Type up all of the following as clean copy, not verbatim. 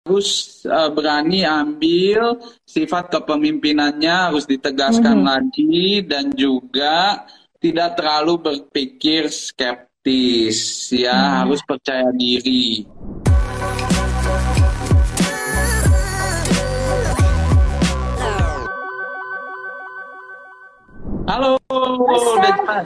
harus berani ambil sifat kepemimpinannya harus ditegaskan lagi dan juga tidak terlalu berpikir skeptis ya, harus percaya diri. Halo, Mas Kang, Deta.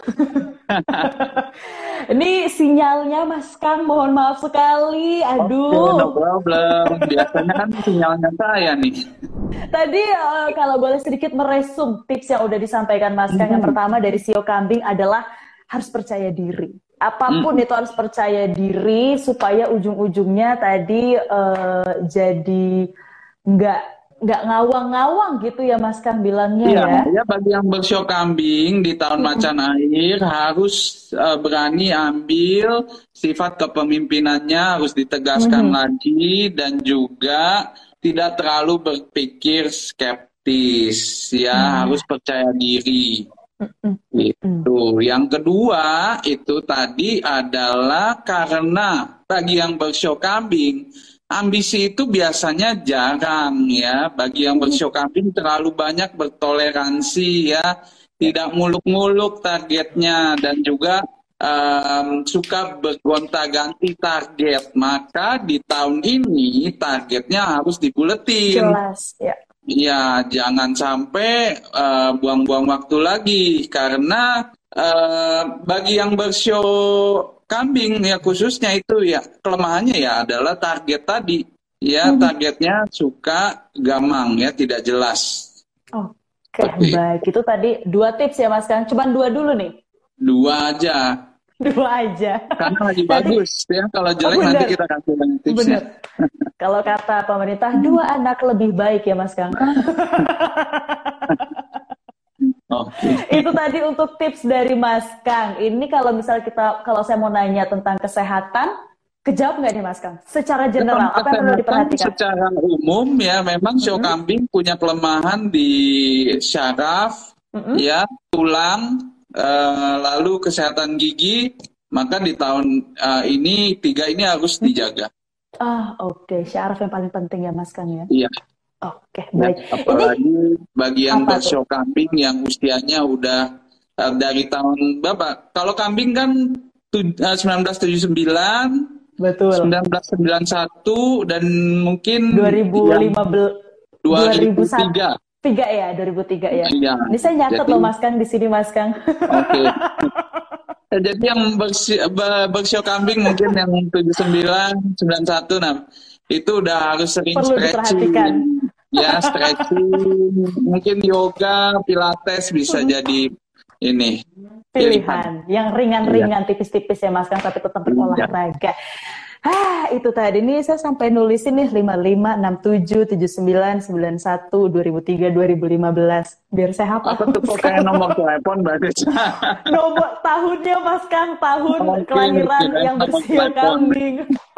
ini sinyalnya Mas Kang, mohon maaf sekali. Oke, no Aduh, problem. Biasanya kan sinyalnya saya nih. tadi kalau boleh sedikit meresum tips yang udah disampaikan Mas Kang. Yang pertama dari Sio Kambing adalah harus percaya diri. Apapun itu harus percaya diri supaya ujung-ujungnya tadi jadi nggak nggak ngawang-ngawang gitu ya Mas Kang bilangnya Iya, ya. ya bagi yang bersiok kambing di tahun macan air harus berani ambil sifat kepemimpinannya harus ditegaskan lagi dan juga tidak terlalu berpikir skeptis ya, harus percaya diri. Itu. Yang kedua itu tadi adalah karena bagi yang bersiok kambing, ambisi itu biasanya jarang ya. Bagi yang bersiok kambing terlalu banyak bertoleransi ya, tidak muluk-muluk targetnya dan juga suka bergonta-ganti target. Maka di tahun ini targetnya harus dibuletin. Jelas ya. Ya, jangan sampai buang-buang waktu lagi karena bagi yang bersio kambing ya khususnya itu ya kelemahannya ya adalah target tadi ya, targetnya suka gamang ya, tidak jelas. Oke, baik. Itu tadi 2 tips ya Mas Kang. Cuman 2 dulu nih. 2 aja 2 aja. karena lagi Nanti, bagus ya, kalau jelek nanti bener, kita kasih lagi tipsnya. bener. Kalau kata pemerintah 2 anak lebih baik ya Mas Kang. Oke. Itu tadi untuk tips dari Mas Kang. Ini kalau saya mau nanya tentang kesehatan, kejawab nggak nih Mas Kang? Secara general, Tentang apa yang perlu kesehatan diperhatikan? secara umum ya memang sio kambing punya kelemahan di syaraf ya, tulang, lalu kesehatan gigi, maka di tahun ini 3 ini harus dijaga. Oke. Syaraf yang paling penting ya Mas Kang ya. Iya. Oke, Ya, baik. Ini apalagi bagi yang apa tuh? bersio kambing yang usianya udah dari tahun berapa? Kalau kambing kan 1979, Betul. 1991 dan mungkin yang 2015, 2003. 3 ya, 2003 ya. Iya. Ini saya nyatet Jadi loh Mas Kang di sini Mas Kang. oke. Jadi yang bersio kambing mungkin yang 79, 91, nah itu udah harus sering Perlu diperhatikan. stretching. Ya, stretching, mungkin yoga, pilates bisa jadi ini Pilihan yang ringan-ringan, tipis-tipis ya Mas Kang, tapi tetap berolahraga. Itu tadi nih saya sampai nulisin nih 55, 67, 79, 91, 2003, 2015. Biar saya hafal. Apa tuh kok kayak nomor telepon bagus. Nomor tahunnya Mas Kang, tahun Oke, kelahiran yang nomor bersio telepon. kambing.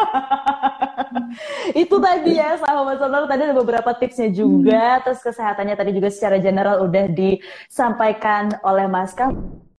Itu tadi ya sahabat sonor, tadi ada beberapa tipsnya juga, terus kesehatannya tadi juga secara general udah disampaikan oleh Mas Kang.